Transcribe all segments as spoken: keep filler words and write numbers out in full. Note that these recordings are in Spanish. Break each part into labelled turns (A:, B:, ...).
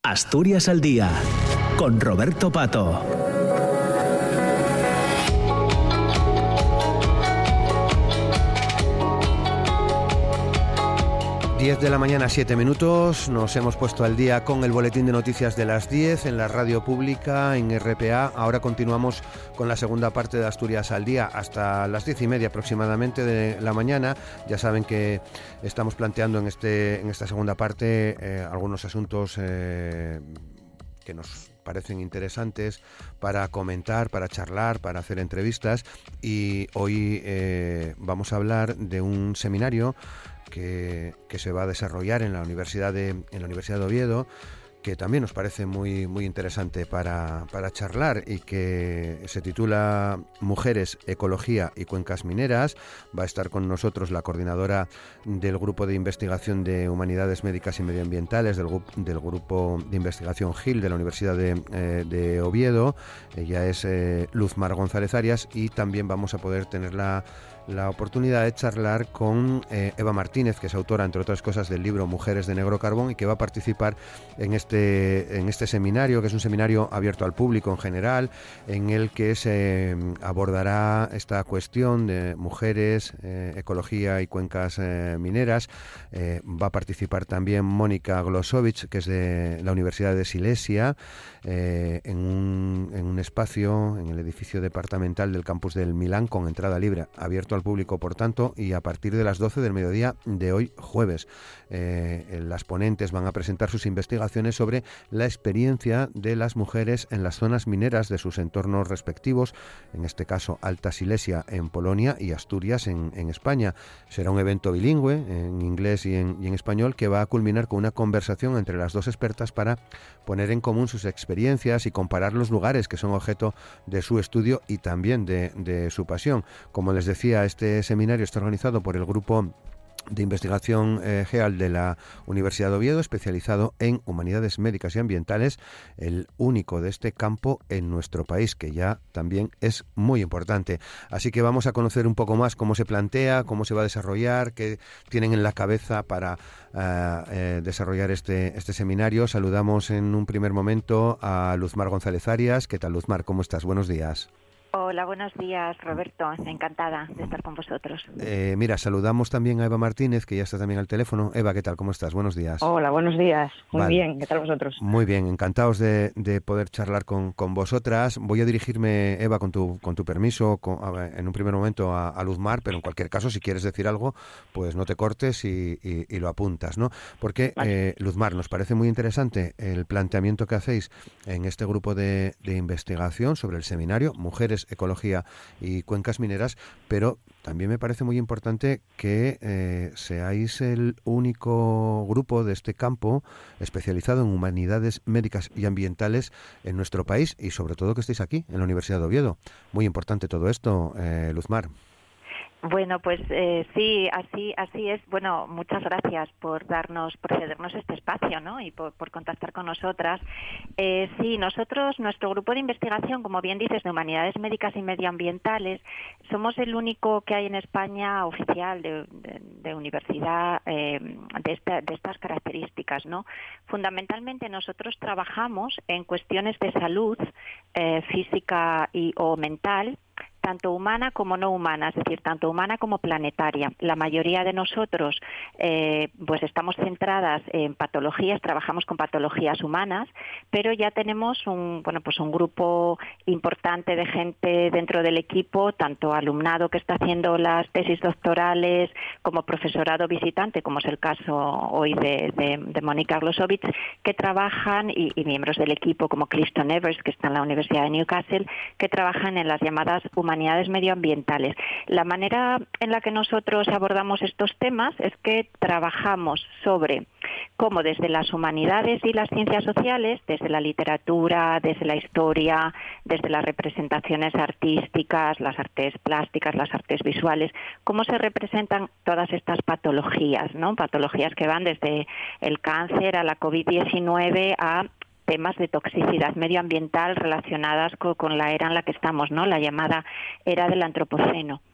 A: Asturias al día, con Roberto Pato.
B: diez de la mañana, siete minutos. Nos hemos puesto al día con el boletín de noticias de las diez en la radio pública, en R P A. Ahora continuamos con la segunda parte de Asturias al día hasta las diez y media aproximadamente de la mañana. Ya saben que estamos planteando en, este, en esta segunda parte eh, algunos asuntos eh, que nos parecen interesantes para comentar, para charlar, para hacer entrevistas. Y hoy eh, vamos a hablar de un seminario Que, que se va a desarrollar en la Universidad de, en la Universidad de Oviedo, que también nos parece muy, muy interesante para, para charlar y que se titula Mujeres, Ecología y Cuencas Mineras. Va a estar con nosotros la coordinadora del Grupo de Investigación de Humanidades Médicas y Medioambientales del, del Grupo de Investigación G I L de la Universidad de, eh, de Oviedo. Ella es eh, Luzmar González Arias, y también vamos a poder tener la la oportunidad de charlar con eh, Eva Martínez, que es autora, entre otras cosas, del libro Mujeres de Negro Carbón, y que va a participar en este, en este seminario, que es un seminario abierto al público en general, en el que se abordará esta cuestión de mujeres, eh, ecología y cuencas eh, mineras. Eh, va a participar también Mónica Glosovich, que es de la Universidad de Silesia, eh, en, un, en un espacio, en el edificio departamental del campus del Milán, con entrada libre, abierto al público, por tanto, y a partir de las doce del mediodía de hoy jueves. Eh, las ponentes van a presentar sus investigaciones sobre la experiencia de las mujeres en las zonas mineras de sus entornos respectivos, en este caso Alta Silesia en Polonia y Asturias en, en España. Será un evento bilingüe, en inglés y en, y en español, que va a culminar con una conversación entre las dos expertas para poner en común sus experiencias y comparar los lugares que son objeto de su estudio y también de, de su pasión. Como les decía, este seminario está organizado por el Grupo de Investigación eh, G E A L de la Universidad de Oviedo, especializado en humanidades médicas y ambientales, el único de este campo en nuestro país, que ya también es muy importante. Así que vamos a conocer un poco más cómo se plantea, cómo se va a desarrollar, qué tienen en la cabeza para uh, eh, desarrollar este, este seminario. Saludamos en un primer momento a Luzmar González Arias. ¿Qué tal, Luzmar? ¿Cómo estás? Buenos días.
C: Hola, buenos días, Roberto. Encantada de estar con vosotros.
B: Eh, mira, saludamos también a Eva Martínez, que ya está también al teléfono. Eva, ¿qué tal? ¿Cómo estás? Buenos días.
D: Hola, buenos días. Muy
B: vale.
D: bien. ¿Qué tal vosotros?
B: Muy bien, encantados de, de poder charlar con, con vosotras. Voy a dirigirme, Eva, con tu, con tu permiso, con, a, en un primer momento a, a Luzmar, pero en cualquier caso, si quieres decir algo, pues no te cortes y, y, y lo apuntas, ¿no? Porque, vale. eh, Luzmar, nos parece muy interesante el planteamiento que hacéis en este grupo de, de investigación sobre el seminario Mujeres, Ecología y Cuencas Mineras, pero también me parece muy importante que eh, seáis el único grupo de este campo especializado en humanidades médicas y ambientales en nuestro país, y sobre todo que estéis aquí, en la Universidad de Oviedo. Muy importante todo esto, eh, Luzmar.
C: Bueno, pues eh, sí, así así es. Bueno, muchas gracias por darnos, por cedernos este espacio, ¿no? Y por, por contactar con nosotras. Eh, sí, nosotros, nuestro grupo de investigación, como bien dices, de humanidades médicas y medioambientales, somos el único que hay en España oficial de, de, de universidad eh, de, esta, de estas características, ¿no? Fundamentalmente nosotros trabajamos en cuestiones de salud eh, física y o mental, tanto humana como no humana, es decir, tanto humana como planetaria. La mayoría de nosotros eh, pues estamos centradas en patologías, trabajamos con patologías humanas, pero ya tenemos un bueno pues un grupo importante de gente dentro del equipo, tanto alumnado que está haciendo las tesis doctorales como profesorado visitante, como es el caso hoy de, de, de Mónica Glosovich, que trabajan, y, y miembros del equipo como Clifton Evers, que está en la Universidad de Newcastle, que trabajan en las llamadas humanidades humanidades medioambientales. La manera en la que nosotros abordamos estos temas es que trabajamos sobre cómo desde las humanidades y las ciencias sociales, desde la literatura, desde la historia, desde las representaciones artísticas, las artes plásticas, las artes visuales, cómo se representan todas estas patologías, ¿no? Patologías que van desde el cáncer a la covid diecinueve a temas de toxicidad medioambiental relacionadas con, con la era en la que estamos, ¿no? La llamada era del antropoceno.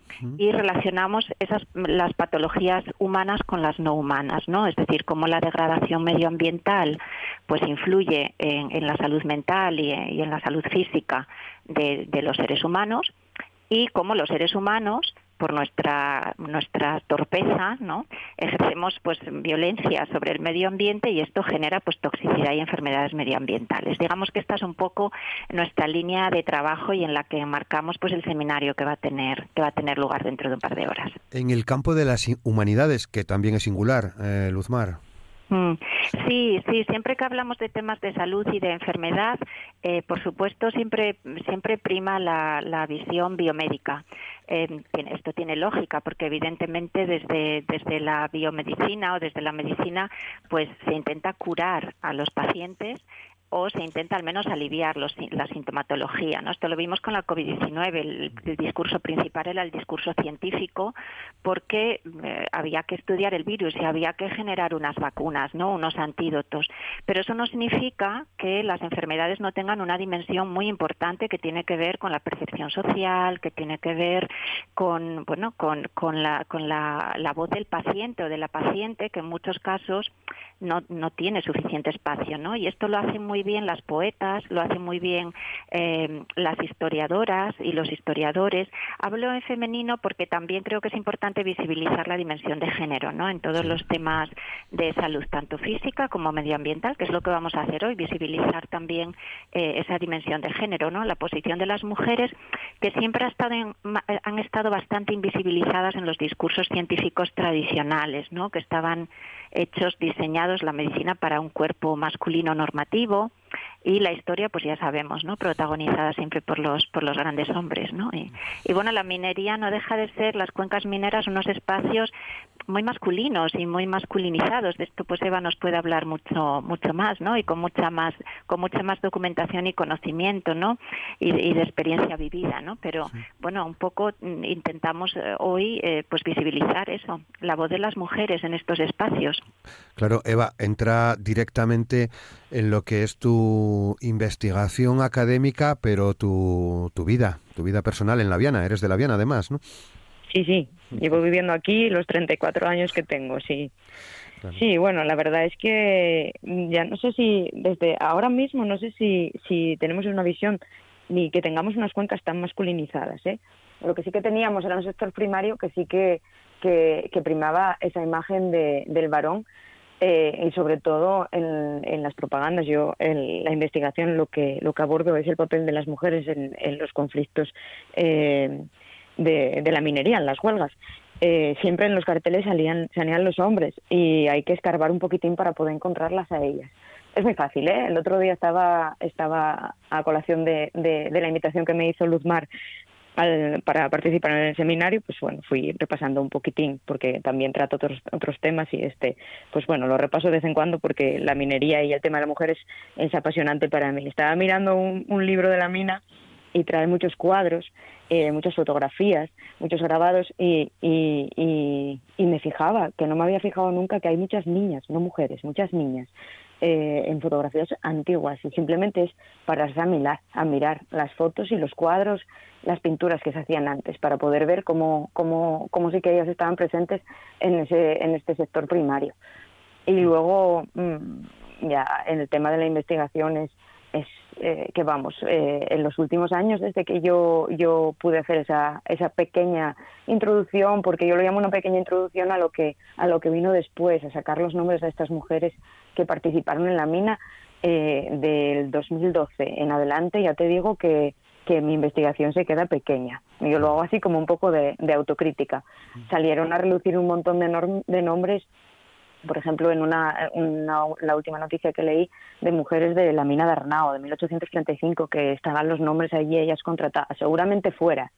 C: uh-huh. y relacionamos esas las patologías humanas con las no humanas, ¿no? Es decir, cómo la degradación medioambiental pues influye en, en la salud mental y, y en la salud física de, de los seres humanos, y cómo los seres humanos, por nuestra nuestra torpeza, ¿no?, ejercemos pues violencia sobre el medio ambiente, y esto genera pues toxicidad y enfermedades medioambientales. Digamos que esta es un poco nuestra línea de trabajo y en la que marcamos pues el seminario que va a tener que va a tener lugar dentro de un par de horas.
B: En el campo de las humanidades, que también es singular, eh, Luzmar.
C: Sí, sí, siempre que hablamos de temas de salud y de enfermedad, eh, por supuesto siempre siempre prima la, la visión biomédica. Eh, esto tiene lógica, porque evidentemente desde desde la biomedicina o desde la medicina pues se intenta curar a los pacientes, o se intenta al menos aliviar los, la sintomatología, ¿no? Esto lo vimos con la covid diecinueve, el, el discurso principal era el discurso científico, porque eh, había que estudiar el virus y había que generar unas vacunas, ¿no?, unos antídotos, pero eso no significa que las enfermedades no tengan una dimensión muy importante que tiene que ver con la percepción social, que tiene que ver con, bueno, con, con, la, con la, la voz del paciente o de la paciente, que en muchos casos no, no tiene suficiente espacio, ¿no? Y esto lo hacen muy bien las poetas, lo hacen muy bien eh, las historiadoras y los historiadores. Hablo en femenino porque también creo que es importante visibilizar la dimensión de género, ¿no?, en todos los temas de salud, tanto física como medioambiental, que es lo que vamos a hacer hoy, visibilizar también eh, esa dimensión de género, ¿no?, la posición de las mujeres, que siempre ha estado en, han estado bastante invisibilizadas en los discursos científicos tradicionales, ¿no?, que estaban hechos, diseñados la medicina para un cuerpo masculino normativo, y la historia, pues ya sabemos, ¿no?, protagonizada siempre por los por los grandes hombres, ¿no? Y, y bueno, la minería no deja de ser, las cuencas mineras, unos espacios muy masculinos y muy masculinizados. De esto pues Eva nos puede hablar mucho mucho más, ¿no?, y con mucha más con mucha más documentación y conocimiento, ¿no?, y, y de experiencia vivida, ¿no? Pero sí, bueno, un poco intentamos hoy eh, pues visibilizar eso, la voz de las mujeres en estos espacios.
B: Claro, Eva, entra directamente en lo que es tu investigación académica, pero tu, tu vida, tu vida personal en Laviana. Eres de Laviana, además, ¿no?
D: Sí, sí. Llevo viviendo aquí los treinta y cuatro años que tengo, sí. Claro. Sí, bueno, la verdad es que ya no sé si, desde ahora mismo, no sé si, si tenemos una visión ni que tengamos unas cuencas tan masculinizadas, ¿eh? Lo que sí que teníamos era un sector primario que sí que, que, que primaba esa imagen de, del varón. Eh, y sobre todo en, en las propagandas. Yo en la investigación lo que lo que abordo es el papel de las mujeres en, en los conflictos eh, de, de la minería, en las huelgas. Eh, siempre en los carteles salían salían los hombres, y hay que escarbar un poquitín para poder encontrarlas a ellas. Es muy fácil, ¿eh? El otro día estaba estaba a colación de, de, de la invitación que me hizo Luzmar Al, para participar en el seminario, pues bueno, fui repasando un poquitín, porque también trato otros otros temas, y este, pues bueno, lo repaso de vez en cuando, porque la minería y el tema de la mujer es, es apasionante para mí. Estaba mirando un, un libro de la mina y trae muchos cuadros, eh, muchas fotografías, muchos grabados, y, y, y, y me fijaba, que no me había fijado nunca, que hay muchas niñas, no mujeres, muchas niñas, Eh, en fotografías antiguas, y simplemente es para a mirar, a mirar las fotos y los cuadros, las pinturas que se hacían antes, para poder ver cómo, cómo, cómo sí que ellas estaban presentes en ese, en este sector primario. Y luego mmm, ya en el tema de la investigación es, es eh, que vamos, eh, en los últimos años, desde que yo yo pude hacer esa esa pequeña introducción, porque yo lo llamo una pequeña introducción a lo que a lo que vino después, a sacar los nombres de estas mujeres que participaron en la mina, eh, del dos mil doce en adelante, ya te digo que que mi investigación se queda pequeña. Yo lo hago así como un poco de, de autocrítica. Salieron a relucir un montón de, norm, de nombres, por ejemplo, en una, una la última noticia que leí, de mujeres de la mina de Arnao, de mil ochocientos treinta y cinco, que estaban los nombres allí, ellas contratadas, seguramente fuera.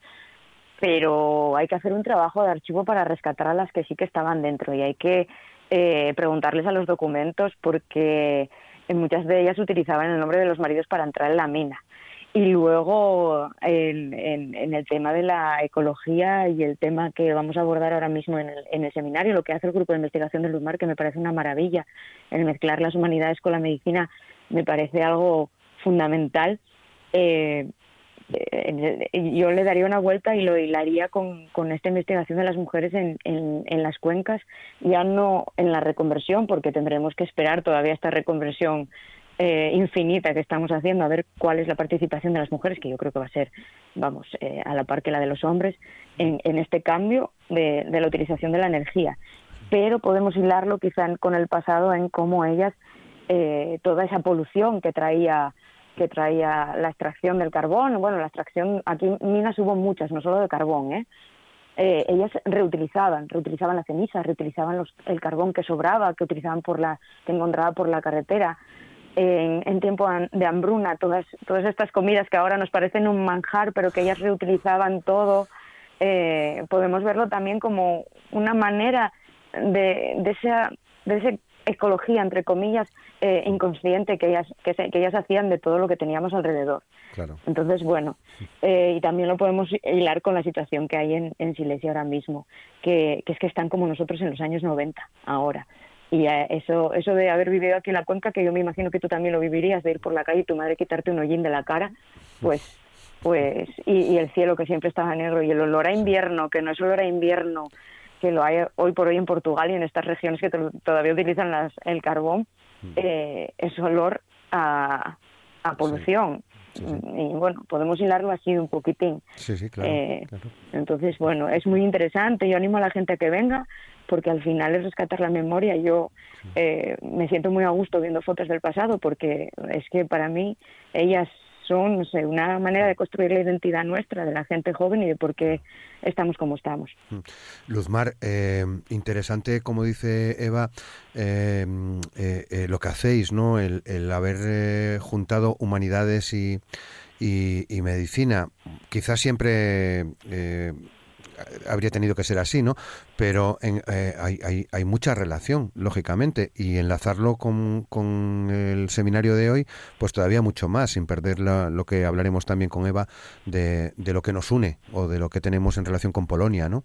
D: Pero hay que hacer un trabajo de archivo para rescatar a las que sí que estaban dentro, y hay que eh, preguntarles a los documentos, porque en muchas de ellas utilizaban el nombre de los maridos para entrar en la mina. Y luego en, en, en el tema de la ecología y el tema que vamos a abordar ahora mismo en el, en el seminario, lo que hace el grupo de investigación de Luzmar, que me parece una maravilla, el mezclar las humanidades con la medicina, me parece algo fundamental, eh, eh, yo le daría una vuelta y lo hilaría con, con esta investigación de las mujeres en, en, en las cuencas, ya no en la reconversión, porque tendremos que esperar todavía esta reconversión eh, infinita que estamos haciendo, a ver cuál es la participación de las mujeres, que yo creo que va a ser, vamos, eh, a la par que la de los hombres, en, en este cambio de, de la utilización de la energía. Pero podemos hilarlo quizá con el pasado en cómo ellas, eh, toda esa polución que traía que traía la extracción del carbón, bueno, la extracción, aquí minas hubo muchas, no solo de carbón, ¿eh? Eh, ellas reutilizaban, reutilizaban las cenizas, reutilizaban los, el carbón que sobraba, que utilizaban por la, que encontraba por la carretera. En, en tiempo de hambruna, todas, todas estas comidas que ahora nos parecen un manjar, pero que ellas reutilizaban todo, eh, podemos verlo también como una manera de, de esa, de esa ecología, entre comillas, eh, inconsciente que ellas, que, se, que ellas hacían de todo lo que teníamos alrededor.
B: Claro. Entonces,
D: bueno, eh, y también lo podemos hilar con la situación que hay en, en Silesia ahora mismo, que, que es que están como nosotros en los años noventa, ahora. Y eh, eso eso de haber vivido aquí en la cuenca, que yo me imagino que tú también lo vivirías, de ir por la calle y tu madre quitarte un hollín de la cara, pues... pues y, y el cielo que siempre estaba negro, y el olor a invierno, que no es olor a invierno, que lo hay hoy por hoy en Portugal y en estas regiones que to- todavía utilizan las, el carbón, eh, es olor a, a polución. Sí, sí, sí. Y bueno, podemos hilarlo así un poquitín.
B: Sí, sí, claro,
D: eh,
B: claro.
D: Entonces, bueno, es muy interesante. Yo animo a la gente a que venga, porque al final es rescatar la memoria. Yo eh, me siento muy a gusto viendo fotos del pasado, porque es que para mí ellas son, no sé, una manera de construir la identidad nuestra, de la gente joven, y de por qué estamos como estamos.
B: Luzmar, eh, interesante, como dice Eva, eh, eh, eh, lo que hacéis, ¿no? El, el haber eh, juntado humanidades y, y, y medicina. Quizás siempre... Eh, habría tenido que ser así, ¿no? Pero en, eh, hay, hay, hay mucha relación, lógicamente, y enlazarlo con, con el seminario de hoy, pues todavía mucho más, sin perder la, lo que hablaremos también con Eva de, de lo que nos une o de lo que tenemos en relación con Polonia, ¿no?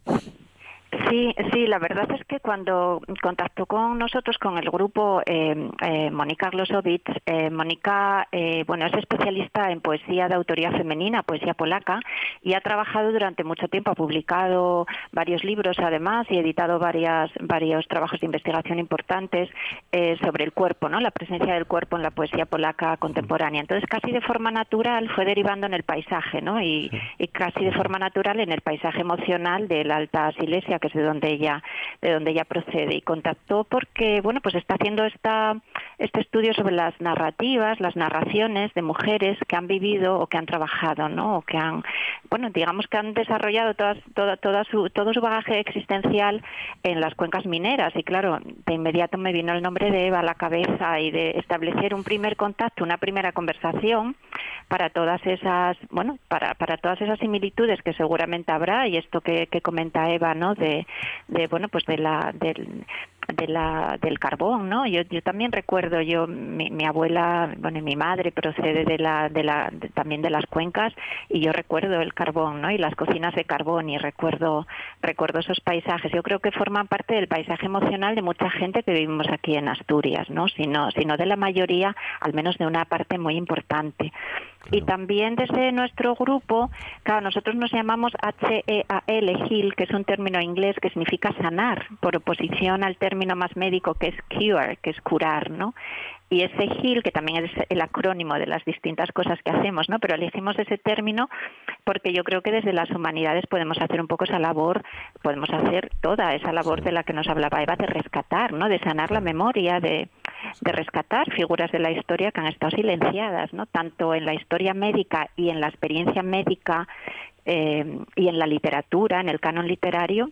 C: Sí, sí, la verdad es que cuando contactó con nosotros, con el grupo, eh, eh, Mónica Glosowicz, eh, Mónica, eh, bueno, es especialista en poesía de autoría femenina, poesía polaca, y ha trabajado durante mucho tiempo, ha publicado varios libros además y editado varias, varios trabajos de investigación importantes eh, sobre el cuerpo, ¿no? La presencia del cuerpo en la poesía polaca contemporánea. Entonces, casi de forma natural fue derivando en el paisaje, ¿no? Y, y casi de forma natural en el paisaje emocional de la Alta Silesia, que es de donde ella de donde ella procede, y contactó porque bueno, pues está haciendo esta este estudio sobre las narrativas, las narraciones de mujeres que han vivido o que han trabajado, ¿no? O que han, bueno, digamos que han desarrollado todas, toda, toda su, todo su bagaje existencial en las cuencas mineras. Y claro, de inmediato me vino el nombre de Eva a la cabeza, y de establecer un primer contacto, una primera conversación para todas esas, bueno, para para todas esas similitudes que seguramente habrá, y esto que, que comenta Eva, ¿no? De de bueno, pues de la del de la del carbón, ¿no? Yo yo también recuerdo, yo mi, mi abuela, bueno, mi madre procede de la de la de, también de las cuencas, y yo recuerdo el carbón, ¿no? Y las cocinas de carbón, y recuerdo recuerdo esos paisajes. Yo creo que forman parte del paisaje emocional de mucha gente que vivimos aquí en Asturias, ¿no? Sino sino de la mayoría, al menos de una parte muy importante. Claro. Y también desde nuestro grupo, claro, nosotros nos llamamos H E A L, heal, que es un término inglés que significa sanar, por oposición al término más médico que es cure, que es curar, ¿no? Y ese heal, que también es el acrónimo de las distintas cosas que hacemos, ¿no? Pero elegimos ese término porque yo creo que desde las humanidades podemos hacer un poco esa labor, podemos hacer toda esa labor de la que nos hablaba Eva, de rescatar, ¿no? De sanar la memoria, de, de rescatar figuras de la historia que han estado silenciadas, ¿no? Tanto en la historia médica y en la experiencia médica eh, y en la literatura, en el canon literario,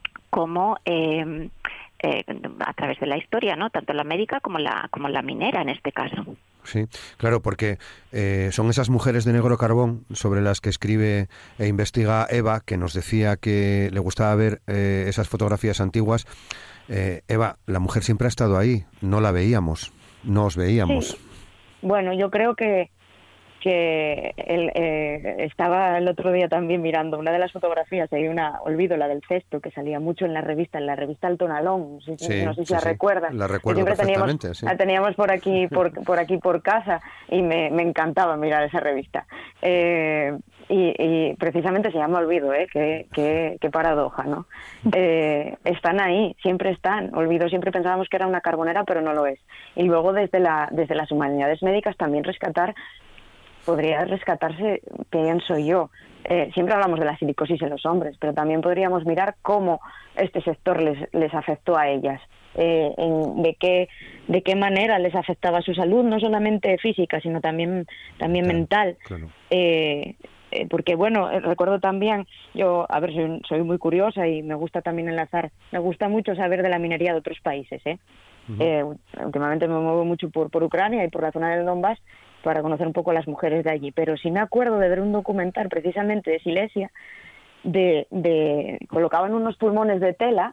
C: como eh, eh, a través de la historia, ¿no? Tanto la médica como la como la minera en este caso.
B: Sí, claro, porque eh, son esas mujeres de negro carbón sobre las que escribe e investiga Eva, que nos decía que le gustaba ver eh, esas fotografías antiguas. Eh, Eva, la mujer siempre ha estado ahí, no la veíamos, no os veíamos.
D: Sí. Bueno, yo creo que que él, eh, estaba el otro día también mirando una de las fotografías, hay una, olvido, la del cesto, que salía mucho en la revista, en la revista El Tonalón, no sé,
B: sí,
D: no sé si
B: sí,
D: la
B: sí.
D: recuerdas.
B: La recuerdo
D: siempre
B: perfectamente,
D: teníamos,
B: sí.
D: La teníamos por aquí, por, por aquí por casa, y me, me encantaba mirar esa revista. Eh, y, y precisamente se llama Olvido, ¿eh? Qué, qué, qué paradoja, ¿no? Eh, están ahí, siempre están. Olvido, siempre pensábamos que era una carbonera, pero no lo es. Y luego desde la, desde las humanidades médicas también rescatar podría rescatarse, pienso yo. Eh, siempre hablamos de la silicosis en los hombres, pero también podríamos mirar cómo este sector les, les afectó a ellas, eh, en, de qué de qué manera les afectaba su salud, no solamente física, sino también también claro, mental. Claro. Eh, eh, porque, bueno, eh, recuerdo también, yo, a ver, soy, soy muy curiosa y me gusta también enlazar, me gusta mucho saber de la minería de otros países, ¿eh? Uh-huh. Eh, últimamente me muevo mucho por, por Ucrania y por la zona del Donbass, para conocer un poco a las mujeres de allí, pero sí me acuerdo de ver un documental precisamente de Silesia, de, de colocaban unos pulmones de tela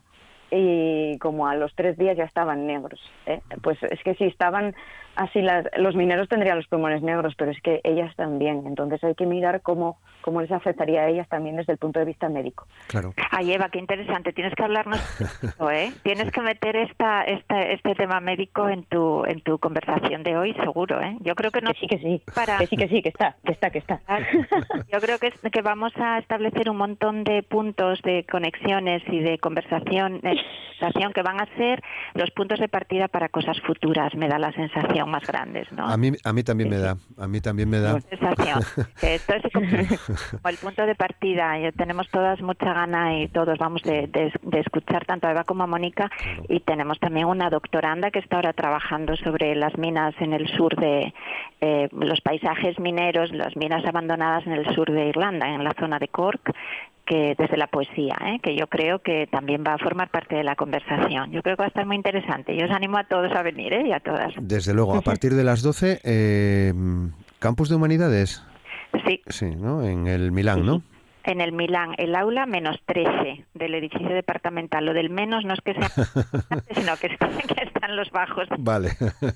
D: y como a los tres días ya estaban negros, ¿eh? Pues es que si estaban así, las, los mineros tendrían los pulmones negros, pero es que ellas también, entonces hay que mirar cómo, cómo les afectaría a ellas también desde el punto de vista médico.
B: Claro.
C: Ay, Eva, qué interesante, tienes que hablarnos de esto, ¿eh? Tienes que meter esta, esta, este tema médico en tu en tu conversación de hoy, seguro, ¿eh? Yo creo que no.
D: Que sí, que sí,
C: para...
D: que sí, que sí, que está, que está, que está.
C: Yo creo que, es, que vamos a establecer un montón de puntos de conexiones y de conversación, de conversación que van a ser los puntos de partida para cosas futuras, me da la sensación más grandes, ¿no?
B: A mí, a mí también sí, me da, a mí también me da.
C: Sensación. Que esto es como, como el punto de partida. Y tenemos todas mucha gana y todos vamos de, de, de escuchar tanto a Eva como a Mónica, claro. Y tenemos también una doctoranda que está ahora trabajando sobre las minas en el sur de eh, los paisajes mineros, las minas abandonadas en el sur de Irlanda, en la zona de Cork, que desde la poesía, ¿eh? Que yo creo que también va a formar parte de la conversación. Yo creo que va a estar muy interesante. Yo os animo a todos a venir, ¿eh? Y a todas.
B: Desde luego, a partir de las doce, eh, Campus de Humanidades.
C: Sí.
B: Sí, ¿no? En el Milán, sí, ¿no?
C: En el Milán, el aula menos trece del edificio departamental. Lo del menos no es que sea, sino que están, que están los bajos.
B: Vale,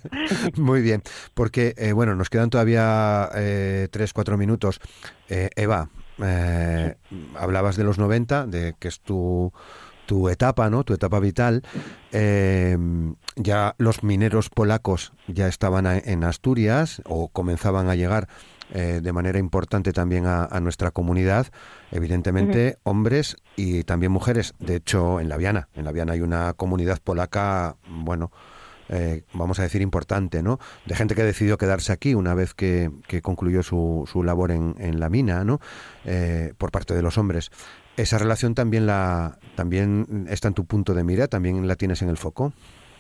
B: muy bien. Porque, eh, bueno, nos quedan todavía eh, tres, cuatro minutos. Eh, Eva, eh, hablabas de los noventa, de que es tu... tu etapa, ¿no? Tu etapa vital. Eh, ya los mineros polacos ya estaban a, en Asturias o comenzaban a llegar eh, de manera importante también a, a nuestra comunidad. Evidentemente, uh-huh. hombres y también mujeres. De hecho, en La Viana, en La Viana hay una comunidad polaca, bueno, eh, vamos a decir importante, ¿no? De gente que decidió quedarse aquí una vez que, que concluyó su, su labor en, en la mina, ¿no? Eh, por parte de los hombres. Esa relación también la también está en tu punto de mira, también la tienes en el foco.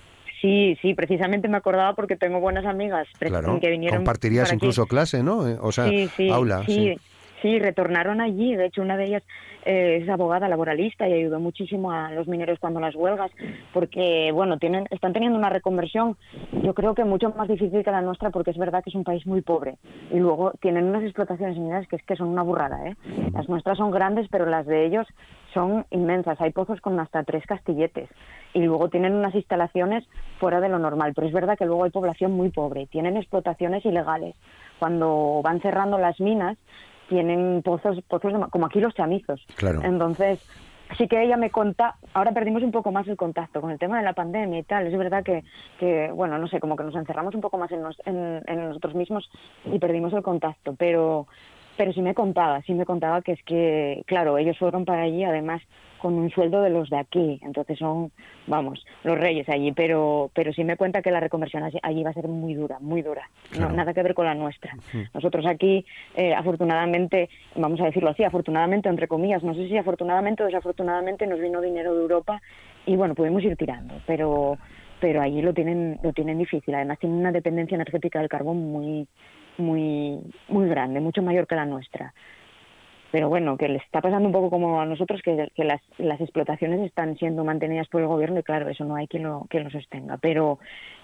D: Sí, sí, precisamente me acordaba porque tengo buenas amigas
B: claro,
D: que vinieron.
B: Compartirías
D: para
B: incluso
D: aquí.
B: clase, ¿no? O sea,
D: sí, sí,
B: aula.
D: Sí, sí, sí, retornaron allí. De hecho, una de ellas eh, es abogada laboralista y ayudó muchísimo a los mineros cuando las huelgas, porque, bueno, tienen están teniendo una reconversión, yo creo que mucho más difícil que la nuestra, porque es verdad que es un país muy pobre. Y luego tienen unas explotaciones mineras que es que son una burrada, ¿eh? Las nuestras son grandes, pero las de ellos son inmensas. Hay pozos con hasta tres castilletes. Y luego tienen unas instalaciones fuera de lo normal. Pero es verdad que luego hay población muy pobre. Tienen explotaciones ilegales. Cuando van cerrando las minas, tienen pozos, pozos de, como aquí los chamizos.
B: Claro.
D: Entonces, sí que ella me conta, ahora perdimos un poco más el contacto con el tema de la pandemia y tal. Es verdad que, que bueno, no sé, como que nos encerramos un poco más en, nos, en, en nosotros mismos y perdimos el contacto. Pero... Pero sí me contaba, sí me contaba que es que, claro, ellos fueron para allí además con un sueldo de los de aquí, entonces son, vamos, los reyes allí, pero pero sí me cuenta que la reconversión allí va a ser muy dura, muy dura, claro. No, nada que ver con la nuestra. Uh-huh. Nosotros aquí, eh, afortunadamente, vamos a decirlo así, afortunadamente, entre comillas, no sé si afortunadamente o desafortunadamente nos vino dinero de Europa y bueno, pudimos ir tirando, pero pero allí lo tienen lo tienen difícil, además tienen una dependencia energética del carbón muy muy muy grande, mucho mayor que la nuestra. Pero bueno, que les está pasando un poco como a nosotros, que, que las, las explotaciones están siendo mantenidas por el gobierno y claro, eso no hay quien lo, quien lo sostenga. Pero,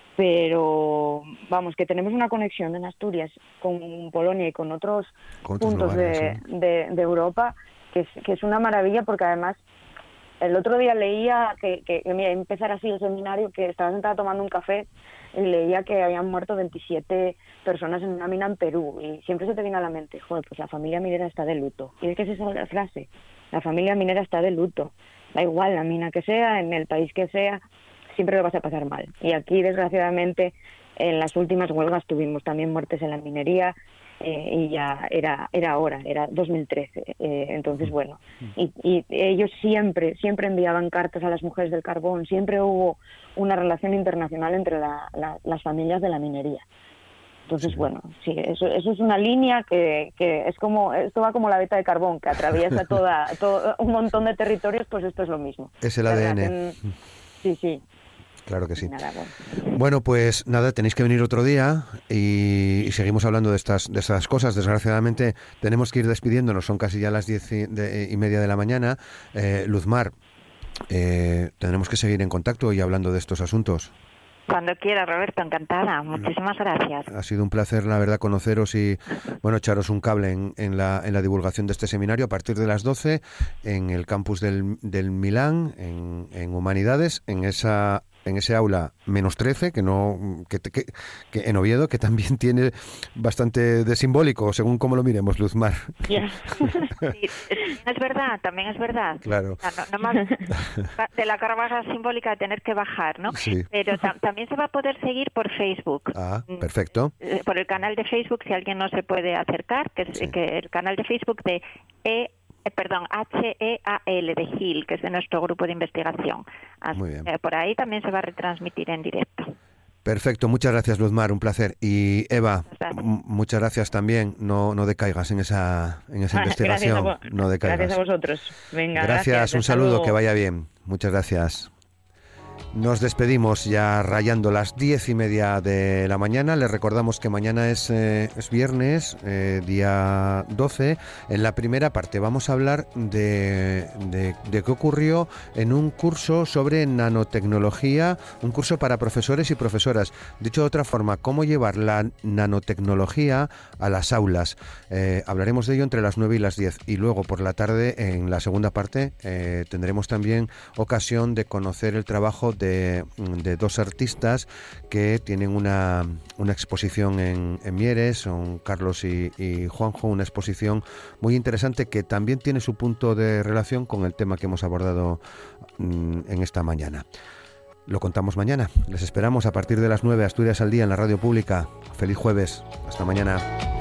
D: pero vamos, que tenemos una conexión en Asturias con Polonia y con otros, con otros puntos lugares, de, sí. de, de Europa, que es, que es una maravilla porque además el otro día leía que, que, que mira, empezar así el seminario, que estaba sentada tomando un café y leía que habían muerto veintisiete personas en una mina en Perú, y siempre se te viene a la mente, joder, pues la familia minera está de luto. ¿Y de qué es esa la frase? La familia minera está de luto. Da igual la mina que sea, en el país que sea, siempre lo vas a pasar mal. Y aquí, desgraciadamente, en las últimas huelgas tuvimos también muertes en la minería, eh, y ya era era hora, era dos mil trece. Eh, entonces, bueno, y, y ellos siempre, siempre enviaban cartas a las mujeres del carbón, siempre hubo una relación internacional entre la, la, las familias de la minería. Entonces, sí. bueno, sí, eso, eso es una línea que, que es como, esto va como la veta de carbón, que atraviesa toda, todo, un montón de territorios, pues esto es lo mismo.
B: Es el A D N.
D: Relación, sí, sí.
B: Claro que sí.
D: Nada, bueno.
B: bueno, pues nada, tenéis que venir otro día y, y seguimos hablando de estas de estas cosas. Desgraciadamente tenemos que ir despidiéndonos, son casi ya las diez y, de, y media de la mañana. Eh, Luzmar, eh, tendremos que seguir en contacto y hablando de estos asuntos.
C: Cuando quiera, Roberto, encantada. Muchísimas gracias.
B: Ha sido un placer, la verdad, conoceros y, bueno, echaros un cable en, en, la, en la divulgación de este seminario a partir de las doce en el campus del, del Milán, en, en Humanidades, en esa en ese aula menos trece, que no que, que, que en Oviedo, que también tiene bastante de simbólico, según cómo lo miremos, Luzmar.
C: Yeah. Sí, es verdad, también es verdad.
B: Claro.
C: No, no, no más de la carga simbólica de tener que bajar, ¿no?
B: Sí.
C: Pero tam también se va a poder seguir por Facebook.
B: Ah, perfecto.
C: Por el canal de Facebook, si alguien no se puede acercar, que es sí. que el canal de Facebook de E Eh, perdón, H E A L de H I L, que es de nuestro grupo de investigación. Así,
B: Muy bien.
C: Eh, por ahí también se va a retransmitir en directo.
B: Perfecto, muchas gracias, Luzmar, un placer. Y Eva, gracias. muchas gracias también. No, no decaigas en esa, en esa investigación.
D: Gracias a,
B: no decaigas.
D: Gracias a vosotros. Venga,
B: gracias,
D: gracias
B: un saludo,
D: luego.
B: Que vaya bien. Muchas gracias. Nos despedimos ya rayando las diez y media de la mañana. Les recordamos que mañana es, eh, es viernes, eh, día doce. En la primera parte vamos a hablar de, de, de qué ocurrió en un curso sobre nanotecnología, un curso para profesores y profesoras. Dicho de otra forma, cómo llevar la nanotecnología a las aulas. Eh, hablaremos de ello entre las nueve y las diez. Y luego por la tarde, en la segunda parte, eh, tendremos también ocasión de conocer el trabajo de De, de dos artistas que tienen una, una exposición en, en Mieres, son Carlos y, y Juanjo, una exposición muy interesante que también tiene su punto de relación con el tema que hemos abordado mm, en esta mañana. Lo contamos mañana. Les esperamos a partir de las nueve, Asturias al Día, en la radio pública. Feliz jueves. Hasta mañana.